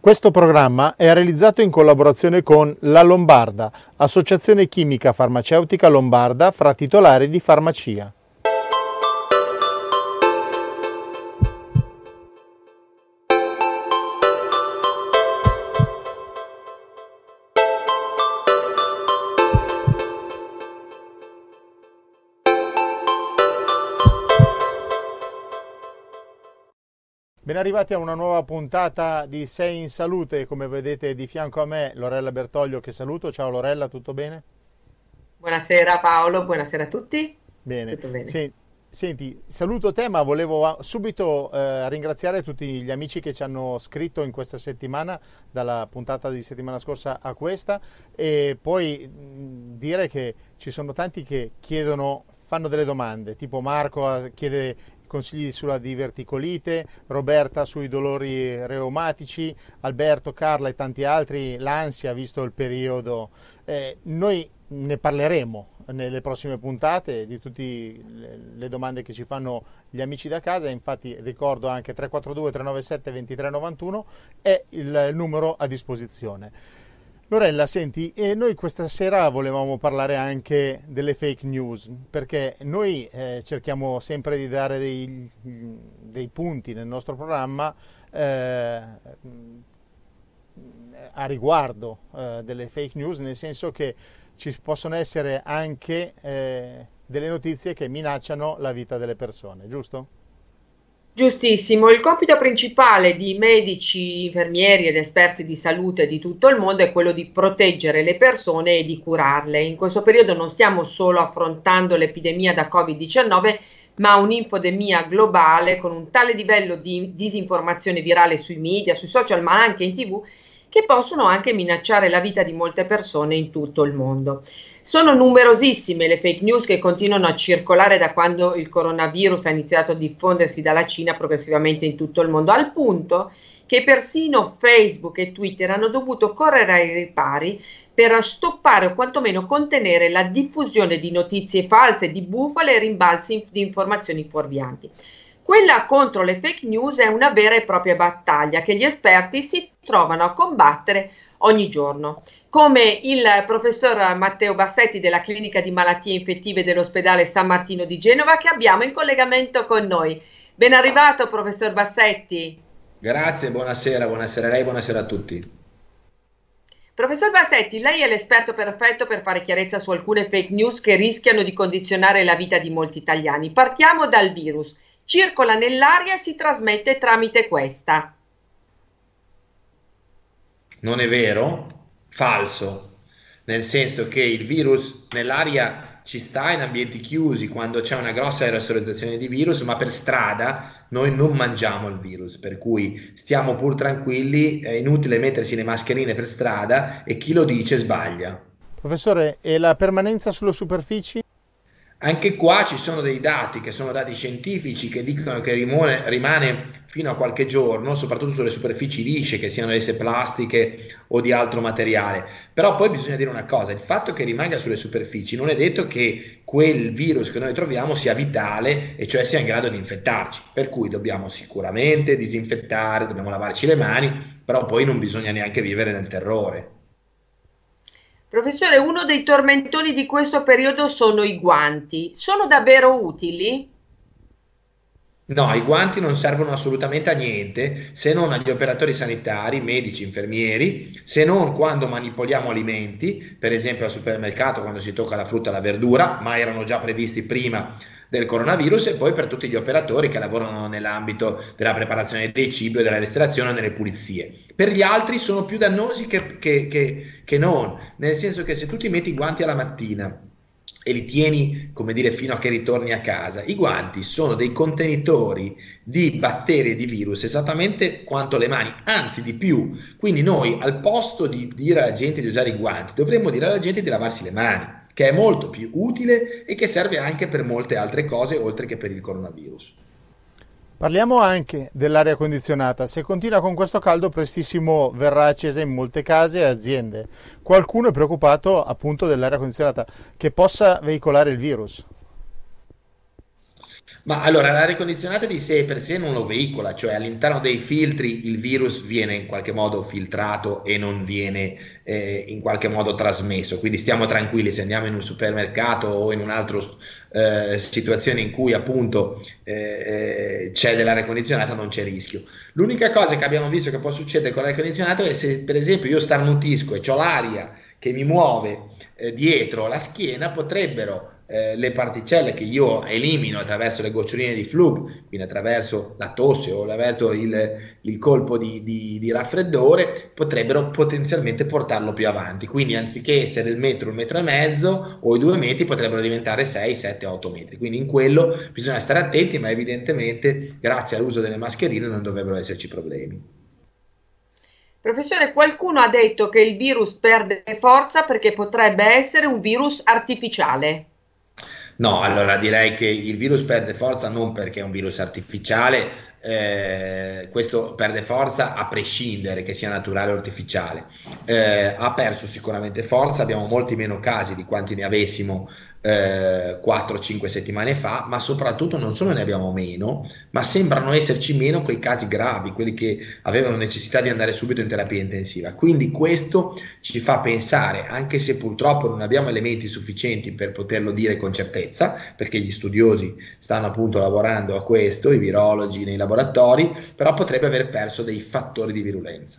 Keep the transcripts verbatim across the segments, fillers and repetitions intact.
Questo programma è realizzato in collaborazione con La Lombarda, Associazione Chimica Farmaceutica Lombarda, fra titolari di farmacia. Ben arrivati a una nuova puntata di Sei in Salute. Come vedete di fianco a me Lorella Bertoglio, che saluto. Ciao Lorella, tutto bene? Buonasera Paolo, buonasera a tutti. Bene. Tutto bene. Sen- Senti, saluto te, ma volevo subito eh, ringraziare tutti gli amici che ci hanno scritto in questa settimana, dalla puntata di settimana scorsa a questa, e poi mh, dire che ci sono tanti che chiedono, fanno delle domande, tipo Marco eh, chiede consigli sulla diverticolite, Roberta sui dolori reumatici, Alberto, Carla e tanti altri, l'ansia visto il periodo. Eh, noi ne parleremo nelle prossime puntate di tutte le domande che ci fanno gli amici da casa. Infatti ricordo anche tre quattro due tre nove sette due tre nove uno è il numero a disposizione. Lorella, senti, e noi questa sera volevamo parlare anche delle fake news, perché noi eh, cerchiamo sempre di dare dei, dei punti nel nostro programma eh, a riguardo eh, delle fake news, nel senso che ci possono essere anche eh, delle notizie che minacciano la vita delle persone, giusto? Giustissimo, il compito principale di medici, infermieri ed esperti di salute di tutto il mondo è quello di proteggere le persone e di curarle. In questo periodo non stiamo solo affrontando l'epidemia da covid diciannove, ma un'infodemia globale con un tale livello di disinformazione virale sui media, sui social, ma anche in tivù, che possono anche minacciare la vita di molte persone in tutto il mondo. Sono numerosissime le fake news che continuano a circolare da quando il coronavirus ha iniziato a diffondersi dalla Cina progressivamente in tutto il mondo, al punto che persino Facebook e Twitter hanno dovuto correre ai ripari per stoppare o quantomeno contenere la diffusione di notizie false, di bufale e rimbalzi di informazioni fuorvianti. Quella contro le fake news è una vera e propria battaglia che gli esperti si trovano a combattere ogni giorno, come il professor Matteo Bassetti della Clinica di Malattie Infettive dell'Ospedale San Martino di Genova, che abbiamo in collegamento con noi. Ben arrivato, professor Bassetti. Grazie, buonasera, buonasera a lei, buonasera a tutti. Professor Bassetti, lei è l'esperto perfetto per fare chiarezza su alcune fake news che rischiano di condizionare la vita di molti italiani. Partiamo dal virus. Circola nell'aria e si trasmette tramite questa. Non è vero, falso, nel senso che il virus nell'aria ci sta in ambienti chiusi quando c'è una grossa aerosolizzazione di virus, ma per strada noi non mangiamo il virus, per cui stiamo pur tranquilli, è inutile mettersi le mascherine per strada e chi lo dice sbaglia. Professore, e la permanenza sulle superfici? Anche qua ci sono dei dati che sono dati scientifici che dicono che rimane, rimane fino a qualche giorno, soprattutto sulle superfici lisce, che siano esse plastiche o di altro materiale. Però poi bisogna dire una cosa, il fatto che rimanga sulle superfici non è detto che quel virus che noi troviamo sia vitale, e cioè sia in grado di infettarci, per cui dobbiamo sicuramente disinfettare, dobbiamo lavarci le mani, però poi non bisogna neanche vivere nel terrore. Professore, uno dei tormentoni di questo periodo sono i guanti. Sono davvero utili? No, i guanti non servono assolutamente a niente se non agli operatori sanitari, medici, infermieri, se non quando manipoliamo alimenti, per esempio al supermercato quando si tocca la frutta e la verdura, ma erano già previsti prima del coronavirus, e poi per tutti gli operatori che lavorano nell'ambito della preparazione dei cibi o della ristorazione o nelle pulizie. Per gli altri sono più dannosi che, che, che, che non, nel senso che se tu ti metti i guanti alla mattina e li tieni, come dire, fino a che ritorni a casa, i guanti sono dei contenitori di batteri e di virus esattamente quanto le mani, anzi di più. Quindi noi, al posto di dire alla gente di usare i guanti, dovremmo dire alla gente di lavarsi le mani, che è molto più utile e che serve anche per molte altre cose oltre che per il coronavirus. Parliamo anche dell'aria condizionata. Se continua con questo caldo, prestissimo verrà accesa in molte case e aziende. Qualcuno è preoccupato appunto dell'aria condizionata che possa veicolare il virus. Ma allora, l'aria condizionata di sé per sé non lo veicola, cioè all'interno dei filtri il virus viene in qualche modo filtrato e non viene eh, in qualche modo trasmesso, quindi stiamo tranquilli se andiamo in un supermercato o in un'altra eh, situazione in cui appunto eh, c'è dell'aria condizionata non c'è rischio. L'unica cosa che abbiamo visto che può succedere con l'aria condizionata è se per esempio io starnutisco e ho l'aria che mi muove eh, dietro la schiena, potrebbero Eh, le particelle che io elimino attraverso le goccioline di Flug, quindi attraverso la tosse o attraverso il, il colpo di, di, di raffreddore, potrebbero potenzialmente portarlo più avanti. Quindi anziché essere il metro, un metro e mezzo o i due metri, potrebbero diventare sei, sette, otto metri. Quindi in quello bisogna stare attenti, ma evidentemente grazie all'uso delle mascherine non dovrebbero esserci problemi. Professore, qualcuno ha detto che il virus perde forza perché potrebbe essere un virus artificiale. No, allora direi che il virus perde forza non perché è un virus artificiale, eh, questo perde forza a prescindere che sia naturale o artificiale. Eh, ha perso sicuramente forza, abbiamo molti meno casi di quanti ne avessimo eh, quattro cinque settimane fa, ma soprattutto non solo ne abbiamo meno, ma sembrano esserci meno quei casi gravi, quelli che avevano necessità di andare subito in terapia intensiva. Quindi questo ci fa pensare, anche se purtroppo non abbiamo elementi sufficienti per poterlo dire con certezza, perché gli studiosi stanno appunto lavorando a questo, i virologi nei laboratori, però potrebbe aver perso dei fattori di virulenza.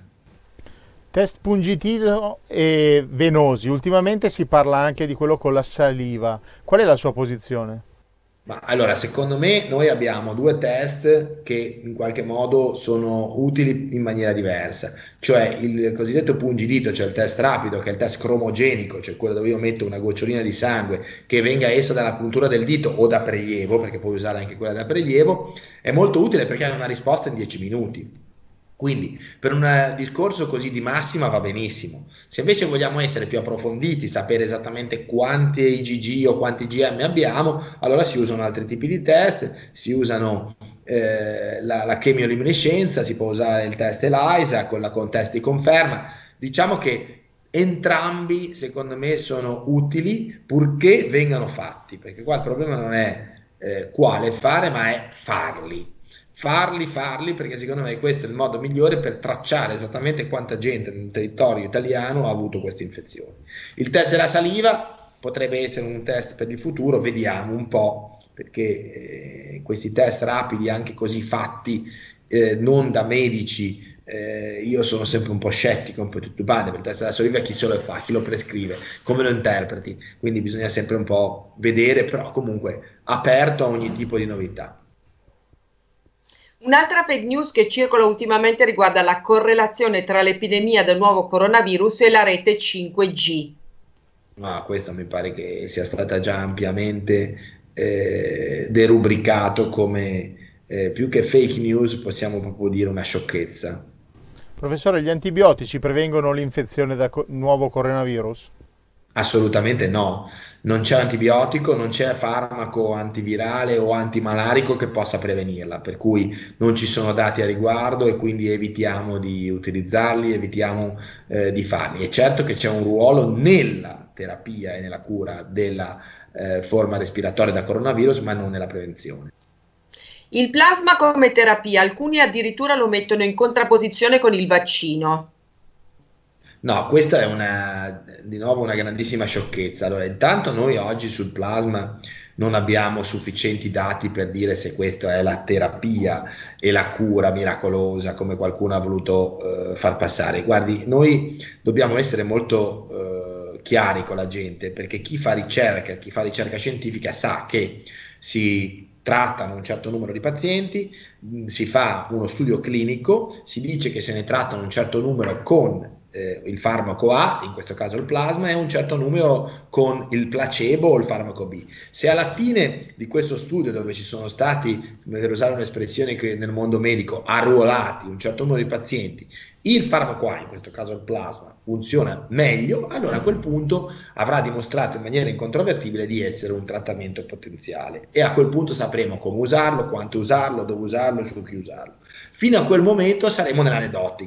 Test pungitivo e venosi, ultimamente si parla anche di quello con la saliva. Qual è la sua posizione? Ma allora, secondo me noi abbiamo due test che in qualche modo sono utili in maniera diversa, cioè il cosiddetto pungidito, cioè il test rapido, che è il test cromogenico, cioè quello dove io metto una gocciolina di sangue che venga essa dalla puntura del dito o da prelievo, perché puoi usare anche quella da prelievo, è molto utile perché ha una risposta in dieci minuti. Quindi per un discorso così di massima va benissimo. Se invece vogliamo essere più approfonditi, sapere esattamente quanti I G G o quanti G M abbiamo, allora si usano altri tipi di test, si usano eh, la, la chemioluminescenza, si può usare il test ELISA con la con test di conferma. Diciamo che entrambi secondo me sono utili purché vengano fatti, perché qua il problema non è eh, quale fare, ma è farli. Farli, farli, perché secondo me questo è il modo migliore per tracciare esattamente quanta gente nel territorio italiano ha avuto queste infezioni. Il test della saliva potrebbe essere un test per il futuro, vediamo un po', perché eh, questi test rapidi, anche così fatti, eh, non da medici, eh, io sono sempre un po' scettico, un po' titubante, per il test della saliva chi se lo fa, chi lo prescrive, come lo interpreti, quindi bisogna sempre un po' vedere, però comunque aperto a ogni tipo di novità. Un'altra fake news che circola ultimamente riguarda la correlazione tra l'epidemia del nuovo coronavirus e la rete cinque G. Ma questo mi pare che sia stata già ampiamente eh, derubricato come eh, più che fake news, possiamo proprio dire una sciocchezza. Professore, gli antibiotici prevengono l'infezione da co- nuovo coronavirus? Assolutamente no, non c'è antibiotico, non c'è farmaco antivirale o antimalarico che possa prevenirla, per cui non ci sono dati a riguardo e quindi evitiamo di utilizzarli, evitiamo eh, di farli. È certo che c'è un ruolo nella terapia e nella cura della eh, forma respiratoria da coronavirus, ma non nella prevenzione. Il plasma come terapia, alcuni addirittura lo mettono in contrapposizione con il vaccino. No, questa è una, di nuovo una grandissima sciocchezza. Allora, intanto noi oggi sul plasma non abbiamo sufficienti dati per dire se questa è la terapia e la cura miracolosa come qualcuno ha voluto eh, far passare. Guardi, noi dobbiamo essere molto eh, chiari con la gente, perché chi fa ricerca, chi fa ricerca scientifica sa che si trattano un certo numero di pazienti, si fa uno studio clinico, si dice che se ne trattano un certo numero con eh, il farmaco A, in questo caso il plasma, e un certo numero con il placebo o il farmaco B. Se alla fine di questo studio, dove ci sono stati, per usare un'espressione che nel mondo medico, arruolati un certo numero di pazienti, il farmaco A, in questo caso il plasma, funziona meglio, allora a quel punto avrà dimostrato in maniera incontrovertibile di essere un trattamento potenziale e a quel punto sapremo come usarlo, quanto usarlo, dove usarlo e su chi usarlo. Fino a quel momento saremo nell'aneddotica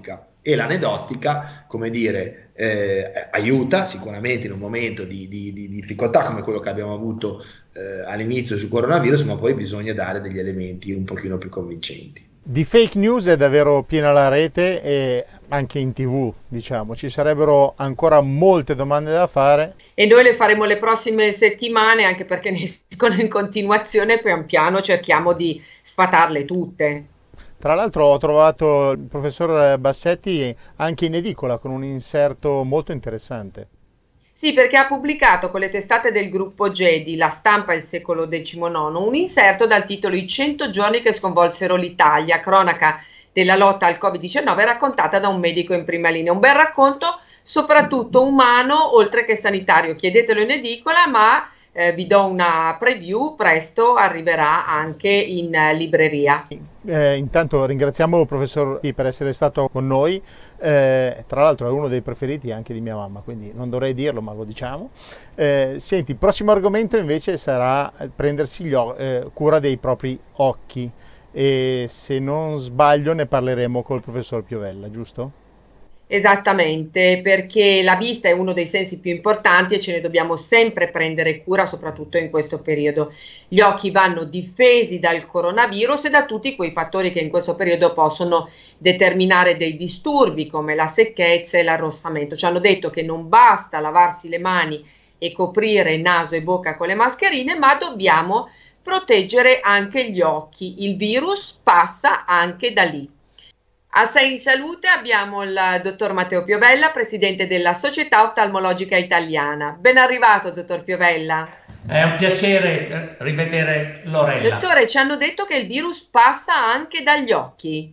e l'aneddotica, come dire, eh, aiuta sicuramente in un momento di, di, di difficoltà come quello che abbiamo avuto eh, all'inizio sul coronavirus, ma poi bisogna dare degli elementi un pochino più convincenti. Di fake news è davvero piena la rete e anche in tivù, diciamo, ci sarebbero ancora molte domande da fare. E noi le faremo le prossime settimane, anche perché ne escono in continuazione e pian piano cerchiamo di sfatarle tutte. Tra l'altro ho trovato il professor Bassetti anche in edicola con un inserto molto interessante. Sì, perché ha pubblicato con le testate del gruppo Gedi, La Stampa e il secolo diciannove, un inserto dal titolo I cento giorni che sconvolsero l'Italia, cronaca della lotta al covid diciannove raccontata da un medico in prima linea. Un bel racconto, soprattutto umano, oltre che sanitario. Chiedetelo in edicola, ma eh, vi do una preview, presto arriverà anche in eh, libreria. Eh, intanto ringraziamo il professor per essere stato con noi, eh, tra l'altro è uno dei preferiti anche di mia mamma, quindi non dovrei dirlo ma lo diciamo. Eh, senti, il prossimo argomento invece sarà prendersi gli o- eh, cura dei propri occhi e se non sbaglio ne parleremo col professor Piovella, giusto? Esattamente, perché la vista è uno dei sensi più importanti e ce ne dobbiamo sempre prendere cura, soprattutto in questo periodo. Gli occhi vanno difesi dal coronavirus e da tutti quei fattori che in questo periodo possono determinare dei disturbi come la secchezza e l'arrossamento. Ci hanno detto che non basta lavarsi le mani e coprire naso e bocca con le mascherine, ma dobbiamo proteggere anche gli occhi. Il virus passa anche da lì. A Sei in Salute abbiamo il dottor Matteo Piovella, presidente della Società Oftalmologica Italiana. Ben arrivato, dottor Piovella. È un piacere rivedere Lorella. Dottore, ci hanno detto che il virus passa anche dagli occhi.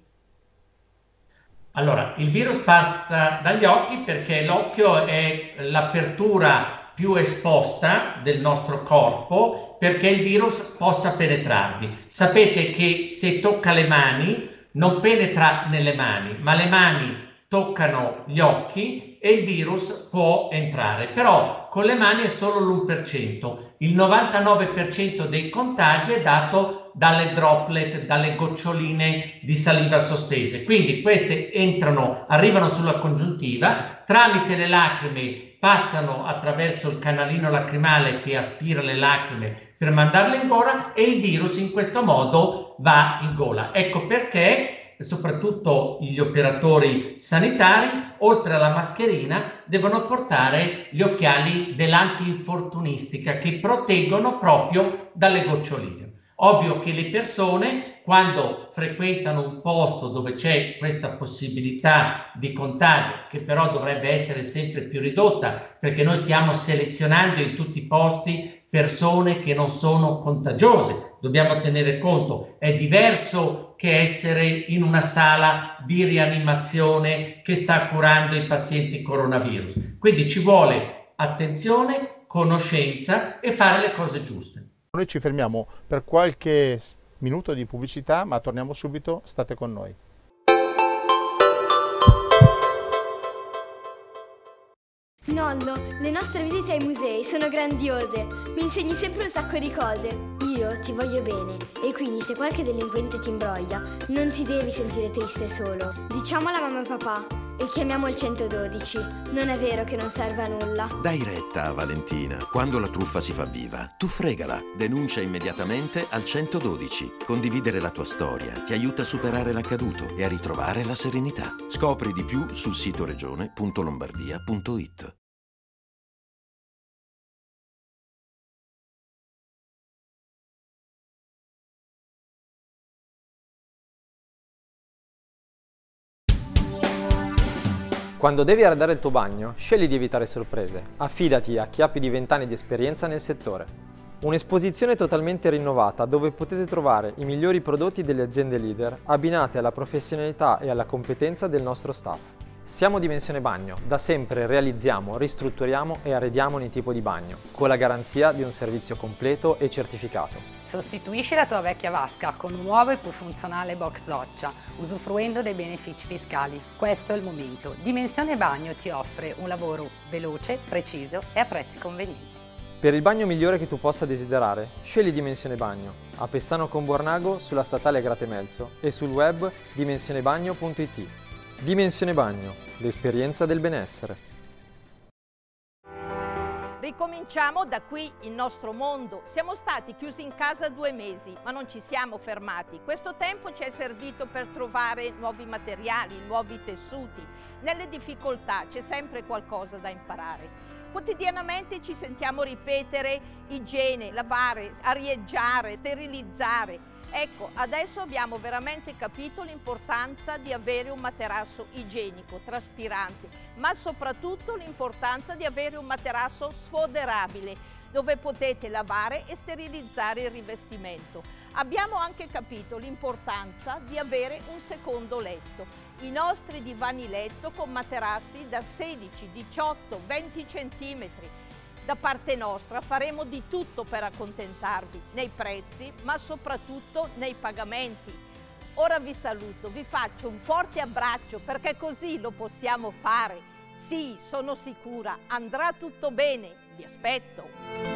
Allora, il virus passa dagli occhi perché l'occhio è l'apertura più esposta del nostro corpo perché il virus possa penetrarvi. Sapete che se tocca le mani non penetra nelle mani, ma le mani toccano gli occhi e il virus può entrare. Però con le mani è solo l'uno per cento. Il novantanove per cento dei contagi è dato dalle droplet, dalle goccioline di saliva sospese. Quindi queste entrano, arrivano sulla congiuntiva, tramite le lacrime passano attraverso il canalino lacrimale che aspira le lacrime per mandarle in gola e il virus in questo modo va in gola. Ecco perché soprattutto gli operatori sanitari, oltre alla mascherina, devono portare gli occhiali dell'antinfortunistica che proteggono proprio dalle goccioline. Ovvio che le persone, quando frequentano un posto dove c'è questa possibilità di contagio, che però dovrebbe essere sempre più ridotta, perché noi stiamo selezionando in tutti i posti persone che non sono contagiose, dobbiamo tenere conto, è diverso che essere in una sala di rianimazione che sta curando i pazienti coronavirus. Quindi ci vuole attenzione, conoscenza e fare le cose giuste. Noi ci fermiamo per qualche minuto di pubblicità, ma torniamo subito, state con noi. Nonno, le nostre visite ai musei sono grandiose, mi insegni sempre un sacco di cose. Io ti voglio bene e quindi se qualche delinquente ti imbroglia non ti devi sentire triste solo. Diciamo alla mamma e papà e chiamiamo il centododici. Non è vero che non serve a nulla. Dai retta a Valentina. Quando la truffa si fa viva, tu fregala. Denuncia immediatamente al centododici. Condividere la tua storia ti aiuta a superare l'accaduto e a ritrovare la serenità. Scopri di più sul sito regione punto lombardia punto it. Quando devi arredare il tuo bagno, scegli di evitare sorprese. Affidati a chi ha più di venti anni di esperienza nel settore. Un'esposizione totalmente rinnovata dove potete trovare i migliori prodotti delle aziende leader abbinate alla professionalità e alla competenza del nostro staff. Siamo Dimensione Bagno, da sempre realizziamo, ristrutturiamo e arrediamo ogni tipo di bagno, con la garanzia di un servizio completo e certificato. Sostituisci la tua vecchia vasca con un nuovo e più funzionale box doccia, usufruendo dei benefici fiscali. Questo è il momento. Dimensione Bagno ti offre un lavoro veloce, preciso e a prezzi convenienti. Per il bagno migliore che tu possa desiderare, scegli Dimensione Bagno, a Pessano con Bornago sulla statale Agrate Melzo e sul web dimensionebagno punto it. Dimensione Bagno, l'esperienza del benessere. Ricominciamo da qui il nostro mondo. Siamo stati chiusi in casa due mesi, ma non ci siamo fermati. Questo tempo ci è servito per trovare nuovi materiali, nuovi tessuti. Nelle difficoltà c'è sempre qualcosa da imparare. Quotidianamente ci sentiamo ripetere igiene, lavare, arieggiare, sterilizzare. Ecco, adesso abbiamo veramente capito l'importanza di avere un materasso igienico, traspirante, ma soprattutto l'importanza di avere un materasso sfoderabile, dove potete lavare e sterilizzare il rivestimento. Abbiamo anche capito l'importanza di avere un secondo letto. I nostri divani letto con materassi da sedici, diciotto, venti centimetri. Da parte nostra faremo di tutto per accontentarvi nei prezzi, ma soprattutto nei pagamenti. Ora vi saluto, vi faccio un forte abbraccio perché così lo possiamo fare. Sì, sono sicura, andrà tutto bene. Vi aspetto.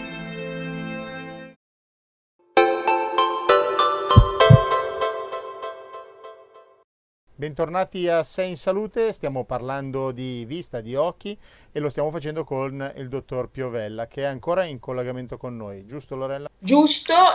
Bentornati a Sei in Salute, stiamo parlando di vista, di occhi e lo stiamo facendo con il dottor Piovella che è ancora in collegamento con noi, giusto Lorella? Giusto,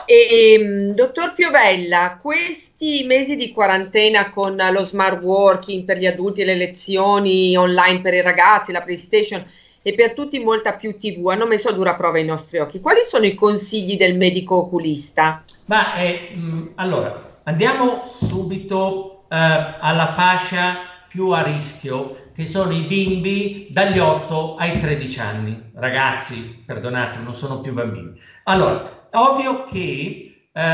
e dottor Piovella, questi mesi di quarantena con lo smart working per gli adulti e le lezioni online per i ragazzi, la PlayStation e per tutti molta più tivù hanno messo a dura prova i nostri occhi. Quali sono i consigli del medico oculista? Ma eh, mh, allora, andiamo subito Uh, alla fascia più a rischio, che sono i bimbi dagli otto ai tredici anni. Ragazzi, perdonate, non sono più bambini. Allora, ovvio che uh,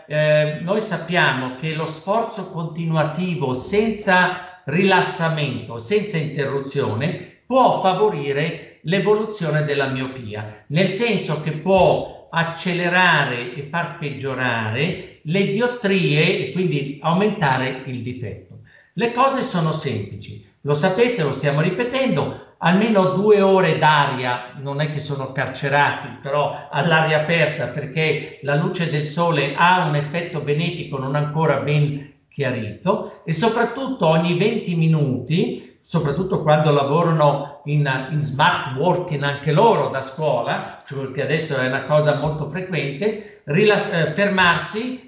uh, noi sappiamo che lo sforzo continuativo senza rilassamento, senza interruzione, può favorire l'evoluzione della miopia, nel senso che può accelerare e far peggiorare le diottrie e quindi aumentare il difetto. Le cose sono semplici, lo sapete, lo stiamo ripetendo, almeno due ore d'aria, non è che sono carcerati, però all'aria aperta, perché la luce del sole ha un effetto benefico non ancora ben chiarito, e soprattutto ogni venti minuti, soprattutto quando lavorano in, in smart working anche loro da scuola, cioè perché adesso è una cosa molto frequente, rilass- eh, fermarsi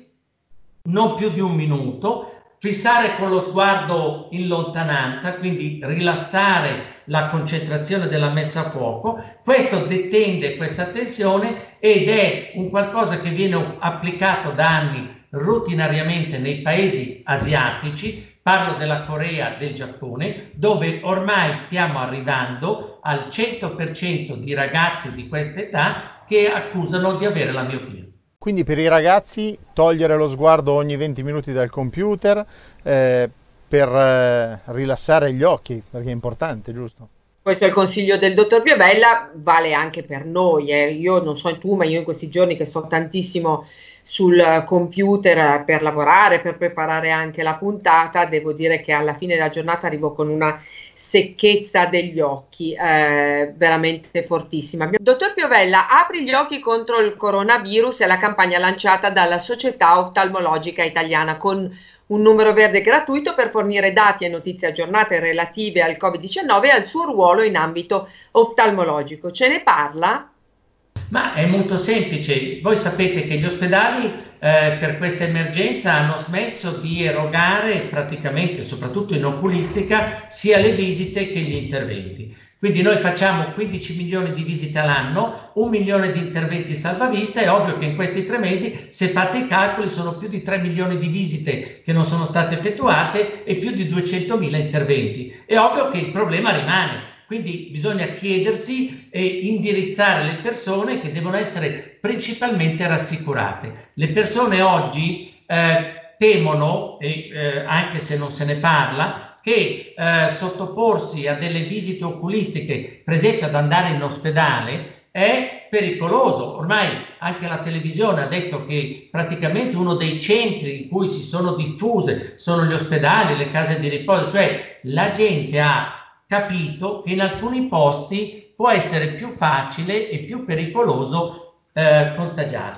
non più di un minuto, fissare con lo sguardo in lontananza, quindi rilassare la concentrazione della messa a fuoco. Questo detende questa tensione ed è un qualcosa che viene applicato da anni rutinariamente nei paesi asiatici, parlo della Corea, del Giappone, dove ormai stiamo arrivando al cento per cento di ragazzi di questa età che accusano di avere la miopia. Quindi per i ragazzi togliere lo sguardo ogni venti minuti dal computer eh, per eh, rilassare gli occhi, perché è importante, giusto? Questo è il consiglio del dottor Piovella, vale anche per noi. Eh. Io non so tu, ma io in questi giorni che sto tantissimo sul computer per lavorare, per preparare anche la puntata, devo dire che alla fine della giornata arrivo con una secchezza degli occhi eh, veramente fortissima. Dottor Piovella, apri gli occhi contro il coronavirus è la campagna lanciata dalla Società Oftalmologica Italiana con un numero verde gratuito per fornire dati e notizie aggiornate relative al covid diciannove e al suo ruolo in ambito oftalmologico. Ce ne parla? Ma è molto semplice. Voi sapete che gli ospedali eh, per questa emergenza hanno smesso di erogare praticamente, soprattutto in oculistica, sia le visite che gli interventi. Quindi noi facciamo quindici milioni di visite all'anno, un milione di interventi salvavista. È ovvio che in questi tre mesi, se fate i calcoli, sono più di tre milioni di visite che non sono state effettuate e più di duecentomila interventi. È ovvio che il problema rimane. Quindi bisogna chiedersi e indirizzare le persone che devono essere principalmente rassicurate. Le persone oggi eh, temono, e, eh, anche se non se ne parla, che eh, sottoporsi a delle visite oculistiche, per esempio ad andare in ospedale, è pericoloso. Ormai anche la televisione ha detto che praticamente uno dei centri in cui si sono diffuse sono gli ospedali, le case di riposo, cioè la gente ha capito che in alcuni posti può essere più facile e più pericoloso eh, contagiarsi.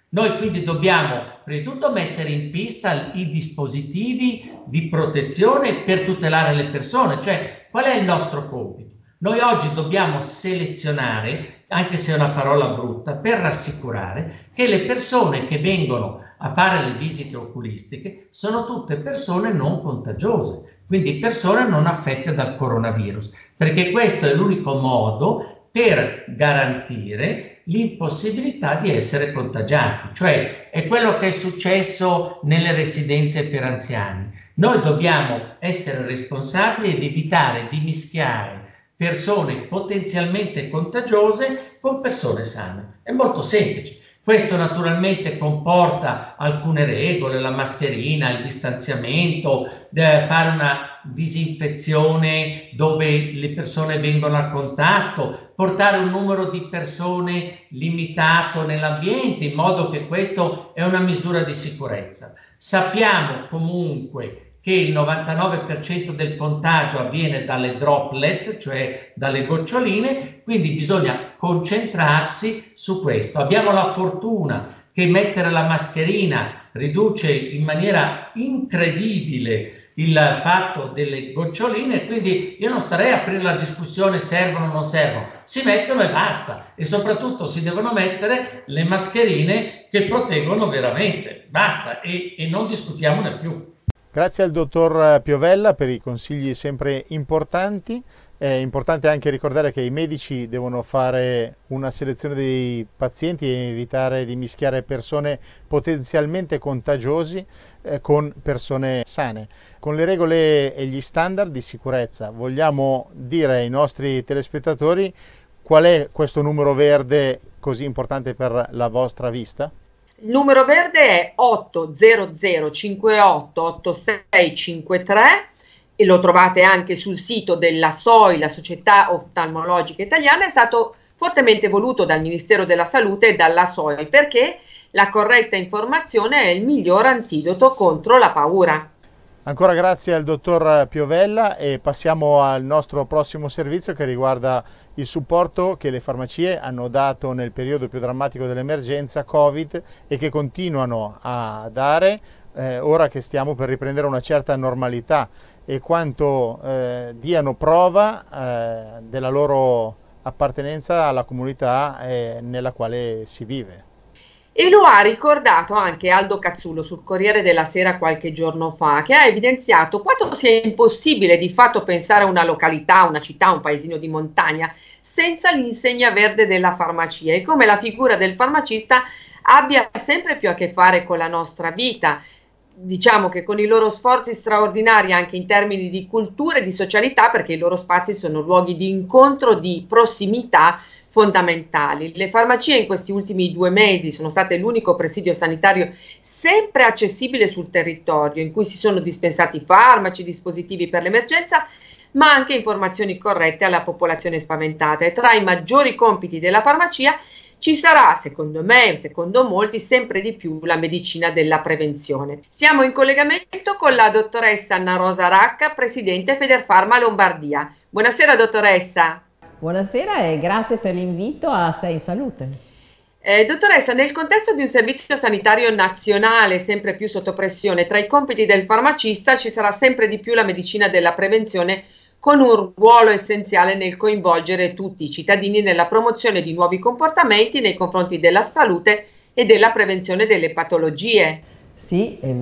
Noi quindi dobbiamo prima di tutto mettere in pista i dispositivi di protezione per tutelare le persone, cioè qual è il nostro compito? Noi oggi dobbiamo selezionare, anche se è una parola brutta, per rassicurare che le persone che vengono a fare le visite oculistiche sono tutte persone non contagiose, quindi persone non affette dal coronavirus, perché questo è l'unico modo per garantire l'impossibilità di essere contagiati, cioè è quello che è successo nelle residenze per anziani. Noi dobbiamo essere responsabili ed evitare di mischiare persone potenzialmente contagiose con persone sane. È molto semplice. Questo naturalmente comporta alcune regole, la mascherina, il distanziamento, fare una disinfezione dove le persone vengono a contatto, portare un numero di persone limitato nell'ambiente, in modo che questo è una misura di sicurezza. Sappiamo comunque che il novantanove per cento del contagio avviene dalle droplet, cioè dalle goccioline, quindi bisogna concentrarsi su questo. Abbiamo la fortuna che mettere la mascherina riduce in maniera incredibile il fatto delle goccioline, quindi io non starei a aprire la discussione servono o non servono, si mettono e basta, e soprattutto si devono mettere le mascherine che proteggono veramente, basta, e, e non discutiamone più. Grazie al dottor Piovella per i consigli sempre importanti. È importante anche ricordare che i medici devono fare una selezione dei pazienti e evitare di mischiare persone potenzialmente contagiosi eh, con persone sane. Con le regole e gli standard di sicurezza vogliamo dire ai nostri telespettatori qual è questo numero verde così importante per la vostra vista? Il numero verde è otto zero zero cinque otto otto sei cinque tre e lo trovate anche sul sito della S O I, la Società Oftalmologica Italiana. È stato fortemente voluto dal Ministero della Salute e dalla S O I perché la corretta informazione è il miglior antidoto contro la paura. Ancora grazie al dottor Piovella e passiamo al nostro prossimo servizio che riguarda il supporto che le farmacie hanno dato nel periodo più drammatico dell'emergenza Covid e che continuano a dare eh, ora che stiamo per riprendere una certa normalità, e quanto eh, diano prova eh, della loro appartenenza alla comunità eh, nella quale si vive. E lo ha ricordato anche Aldo Cazzullo sul Corriere della Sera qualche giorno fa, che ha evidenziato quanto sia impossibile di fatto pensare a una località, una città, un paesino di montagna senza l'insegna verde della farmacia e come la figura del farmacista abbia sempre più a che fare con la nostra vita. Diciamo che con i loro sforzi straordinari anche in termini di cultura e di socialità, perché i loro spazi sono luoghi di incontro, di prossimità fondamentali. Le farmacie in questi ultimi due mesi sono state l'unico presidio sanitario sempre accessibile sul territorio, in cui si sono dispensati farmaci, dispositivi per l'emergenza, ma anche informazioni corrette alla popolazione spaventata. E tra i maggiori compiti della farmacia ci sarà, secondo me, secondo molti, sempre di più la medicina della prevenzione. Siamo in collegamento con la dottoressa Anna Rosa Racca, presidente Federfarma Lombardia. Buonasera dottoressa. Buonasera e grazie per l'invito a Sei in Salute. Eh, dottoressa, nel contesto di un servizio sanitario nazionale sempre più sotto pressione, tra i compiti del farmacista ci sarà sempre di più la medicina della prevenzione, con un ruolo essenziale nel coinvolgere tutti i cittadini nella promozione di nuovi comportamenti nei confronti della salute e della prevenzione delle patologie. Sì, è,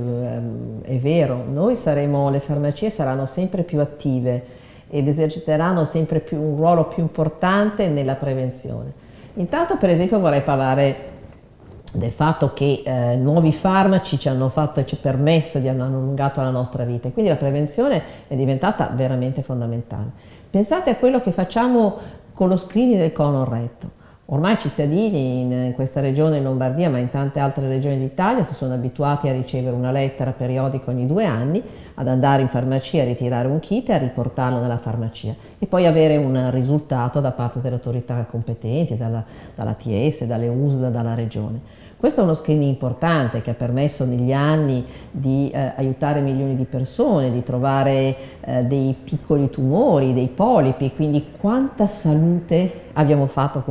è vero, noi saremo, le farmacie saranno sempre più attive ed eserciteranno sempre più un ruolo più importante nella prevenzione. Intanto, per esempio, vorrei parlare del fatto che eh, nuovi farmaci ci hanno fatto e ci hanno permesso di hanno allungato la nostra vita e quindi la prevenzione è diventata veramente fondamentale. Pensate a quello che facciamo con lo screening del colon retto. Ormai i cittadini in questa regione, in Lombardia, ma in tante altre regioni d'Italia, si sono abituati a ricevere una lettera periodica ogni due anni, ad andare in farmacia a ritirare un kit e a riportarlo nella farmacia e poi avere un risultato da parte delle autorità competenti, dalla, dalla T S, dalle U S L, dalla regione. Questo è uno screening importante che ha permesso negli anni di eh, aiutare milioni di persone, di trovare eh, dei piccoli tumori, dei polipi, quindi quanta salute abbiamo fatto con questo screening.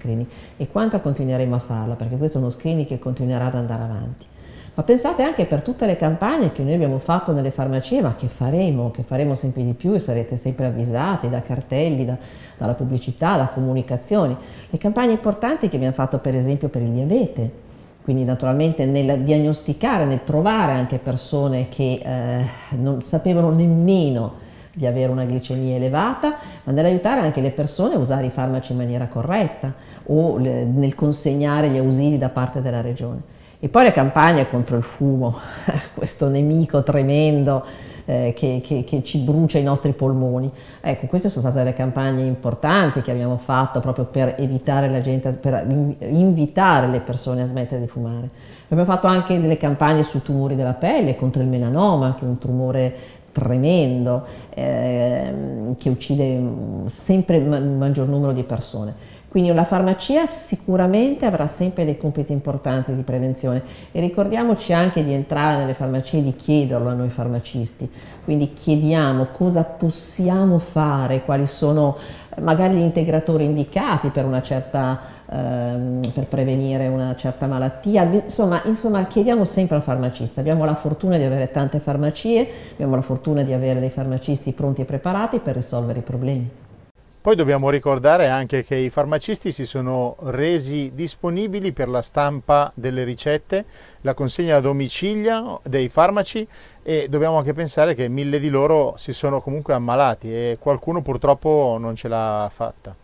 screening e quanto continueremo a farla, perché questo è uno screening che continuerà ad andare avanti. Ma pensate anche per tutte le campagne che noi abbiamo fatto nelle farmacie, ma che faremo, che faremo sempre di più e sarete sempre avvisati da cartelli, da, dalla pubblicità, da comunicazioni. Le campagne importanti che abbiamo fatto per esempio per il diabete, quindi naturalmente nel diagnosticare, nel trovare anche persone che eh, non sapevano nemmeno di avere una glicemia elevata, ma nell'aiutare anche le persone a usare i farmaci in maniera corretta o le, nel consegnare gli ausili da parte della regione. E poi le campagne contro il fumo, questo nemico tremendo eh, che, che, che ci brucia i nostri polmoni. Ecco, queste sono state delle campagne importanti che abbiamo fatto proprio per evitare la gente, per invitare le persone a smettere di fumare. Abbiamo fatto anche delle campagne sui tumori della pelle, contro il melanoma, che è un tumore tremendo, eh, che uccide sempre un maggior numero di persone. Quindi la farmacia sicuramente avrà sempre dei compiti importanti di prevenzione e ricordiamoci anche di entrare nelle farmacie e di chiederlo a noi farmacisti, quindi chiediamo cosa possiamo fare, quali sono magari gli integratori indicati per, una certa, ehm, per prevenire una certa malattia, insomma, insomma chiediamo sempre al farmacista. Abbiamo la fortuna di avere tante farmacie, abbiamo la fortuna di avere dei farmacisti pronti e preparati per risolvere i problemi. Poi dobbiamo ricordare anche che i farmacisti si sono resi disponibili per la stampa delle ricette, la consegna a domicilio dei farmaci e dobbiamo anche pensare che mille di loro si sono comunque ammalati e qualcuno purtroppo non ce l'ha fatta.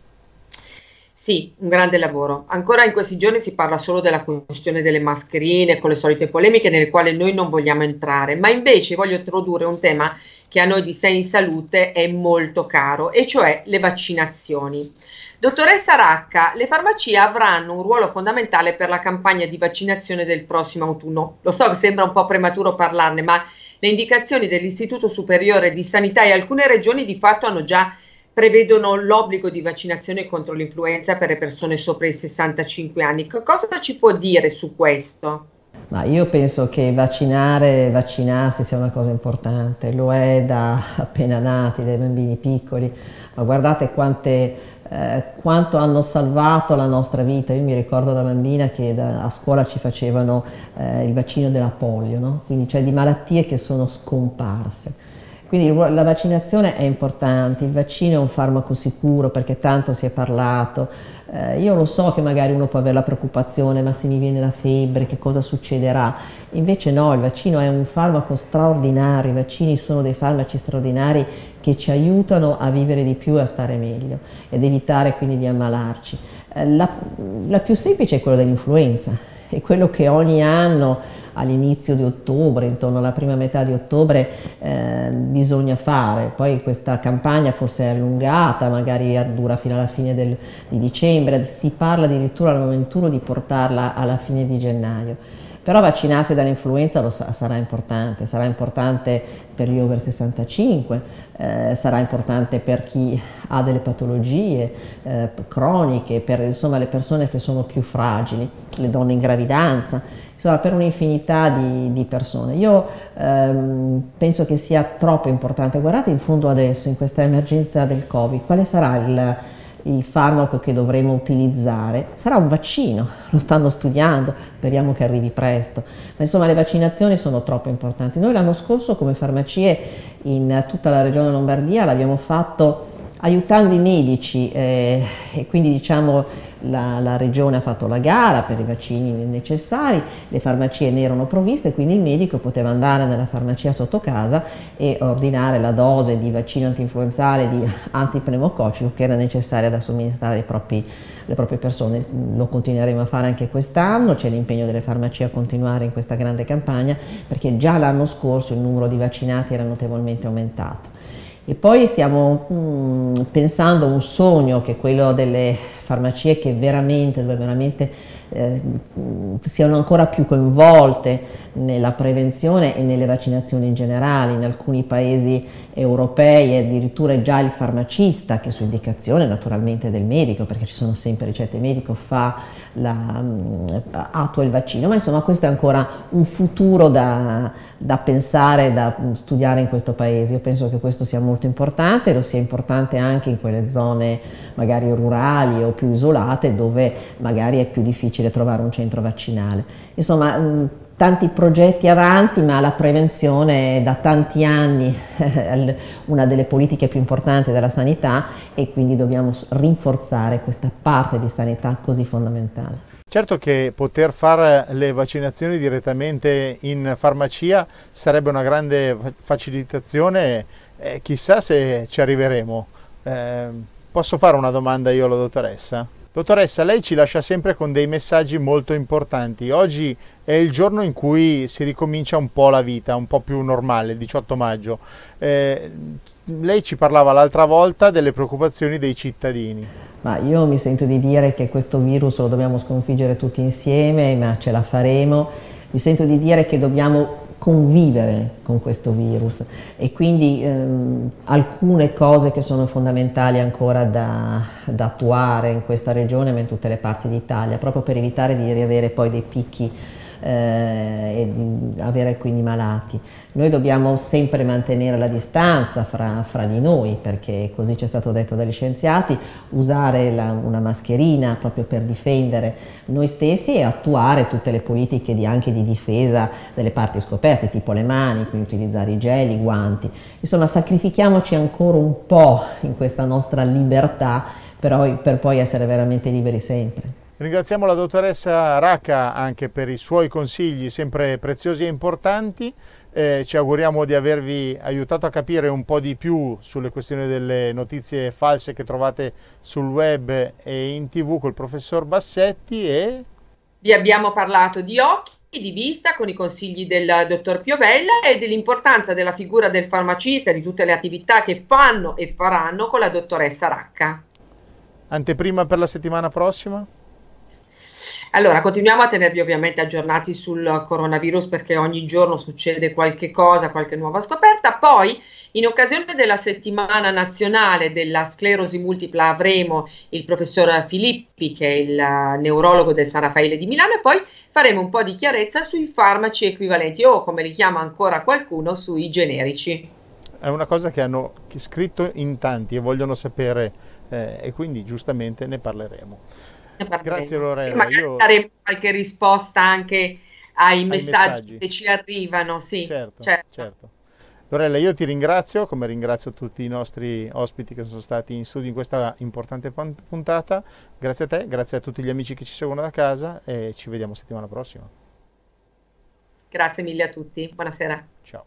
Sì, un grande lavoro. Ancora in questi giorni si parla solo della questione delle mascherine con le solite polemiche nelle quali noi non vogliamo entrare, ma invece voglio introdurre un tema che a noi di Sei in Salute è molto caro, e cioè le vaccinazioni. Dottoressa Racca, le farmacie avranno un ruolo fondamentale per la campagna di vaccinazione del prossimo autunno. Lo so che sembra un po' prematuro parlarne, ma le indicazioni dell'Istituto Superiore di Sanità e alcune regioni di fatto hanno già prevedono l'obbligo di vaccinazione contro l'influenza per le persone sopra i sessantacinque anni. Cosa ci può dire su questo? Ma io penso che vaccinare, vaccinarsi sia una cosa importante, lo è da appena nati, dai bambini piccoli, ma guardate quante, eh, quanto hanno salvato la nostra vita. Io mi ricordo da bambina che da, a scuola ci facevano eh, il vaccino della polio, no? Quindi cioè di malattie che sono scomparse. Quindi la vaccinazione è importante, il vaccino è un farmaco sicuro perché tanto si è parlato. Eh, io lo so che magari uno può avere la preoccupazione, ma se mi viene la febbre che cosa succederà? Invece no, il vaccino è un farmaco straordinario, i vaccini sono dei farmaci straordinari che ci aiutano a vivere di più e a stare meglio ed evitare quindi di ammalarci. Eh, la, la più semplice è quella dell'influenza, è quello che ogni anno all'inizio di ottobre, intorno alla prima metà di ottobre eh, bisogna fare. Poi questa campagna forse è allungata, magari dura fino alla fine del, di dicembre, si parla addirittura al momento di portarla alla fine di gennaio. Però vaccinarsi dall'influenza lo sa, sarà importante, sarà importante per gli over sessantacinque, eh, sarà importante per chi ha delle patologie eh, croniche, per insomma, le persone che sono più fragili, le donne in gravidanza, insomma per un'infinità di, di persone. Io ehm, penso che sia troppo importante. Guardate in fondo adesso, in questa emergenza del Covid, quale sarà il il farmaco che dovremo utilizzare? Sarà un vaccino, lo stanno studiando, speriamo che arrivi presto, ma insomma le vaccinazioni sono troppo importanti. Noi l'anno scorso come farmacie in tutta la regione Lombardia l'abbiamo fatto aiutando i medici eh, e quindi diciamo la, la regione ha fatto la gara per i vaccini necessari, le farmacie ne erano provviste, quindi il medico poteva andare nella farmacia sotto casa e ordinare la dose di vaccino antinfluenzale di antipneumococcico che era necessaria da somministrare ai propri, alle proprie persone. Lo continueremo a fare anche quest'anno, c'è l'impegno delle farmacie a continuare in questa grande campagna perché già l'anno scorso il numero di vaccinati era notevolmente aumentato. E poi stiamo mh, pensando a un sogno che è quello delle farmacie che veramente, dove veramente eh, siano ancora più coinvolte nella prevenzione e nelle vaccinazioni in generale. In alcuni paesi europei addirittura già il farmacista, che su indicazione naturalmente del medico, perché ci sono sempre ricette medico, fa la, mh, attua il vaccino, ma insomma questo è ancora un futuro da, da pensare, da studiare in questo paese. Io penso che questo sia molto importante, lo sia importante anche in quelle zone magari rurali o più isolate dove magari è più difficile trovare un centro vaccinale. Insomma, mh, tanti progetti avanti, ma la prevenzione è da tanti anni una delle politiche più importanti della sanità e quindi dobbiamo rinforzare questa parte di sanità così fondamentale. Certo che poter fare le vaccinazioni direttamente in farmacia sarebbe una grande facilitazione, eh, chissà se ci arriveremo. Eh, posso fare una domanda io alla dottoressa? Dottoressa, lei ci lascia sempre con dei messaggi molto importanti. Oggi è il giorno in cui si ricomincia un po' la vita, un po' più normale, il diciotto maggio. Eh, lei ci parlava l'altra volta delle preoccupazioni dei cittadini. Ma io mi sento di dire che questo virus lo dobbiamo sconfiggere tutti insieme, ma ce la faremo. Mi sento di dire che dobbiamo convivere con questo virus e quindi ehm, alcune cose che sono fondamentali ancora da, da attuare in questa regione, ma in tutte le parti d'Italia, proprio per evitare di riavere poi dei picchi eh, e di avere quindi malati. Noi dobbiamo sempre mantenere la distanza fra, fra di noi, perché così ci è stato detto dagli scienziati, usare la, una mascherina proprio per difendere noi stessi e attuare tutte le politiche di, anche di difesa delle parti scoperte, tipo le mani, quindi utilizzare i gel, i guanti. Insomma, sacrifichiamoci ancora un po' in questa nostra libertà, però per poi essere veramente liberi sempre. Ringraziamo la dottoressa Racca anche per i suoi consigli sempre preziosi e importanti. Eh, ci auguriamo di avervi aiutato a capire un po' di più sulle questioni delle notizie false che trovate sul web e in tv col professor Bassetti. E vi abbiamo parlato di occhi, di vista con i consigli del dottor Piovella e dell'importanza della figura del farmacista e di tutte le attività che fanno e faranno con la dottoressa Racca. Anteprima per la settimana prossima? Allora, continuiamo a tenervi ovviamente aggiornati sul coronavirus perché ogni giorno succede qualche cosa, qualche nuova scoperta. Poi, in occasione della settimana nazionale della sclerosi multipla, avremo il professor Filippi, che è il neurologo del San Raffaele di Milano, e poi faremo un po' di chiarezza sui farmaci equivalenti o, come li chiama ancora qualcuno, sui generici. È una cosa che hanno scritto in tanti e vogliono sapere eh, e quindi giustamente ne parleremo. Grazie Lorella. Magari io... daremo qualche risposta anche ai, ai messaggi, messaggi che ci arrivano. Sì, certo, certo. certo. Lorella, io ti ringrazio, come ringrazio tutti i nostri ospiti che sono stati in studio in questa importante puntata. Grazie a te, grazie a tutti gli amici che ci seguono da casa e ci vediamo settimana prossima. Grazie mille a tutti, buonasera. Ciao.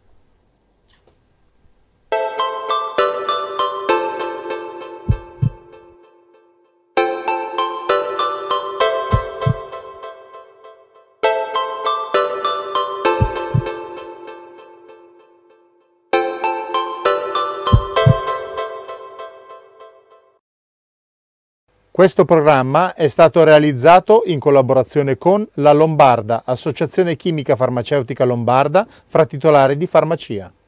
Questo programma è stato realizzato in collaborazione con La Lombarda, Associazione Chimica Farmaceutica Lombarda, fra titolari di farmacia.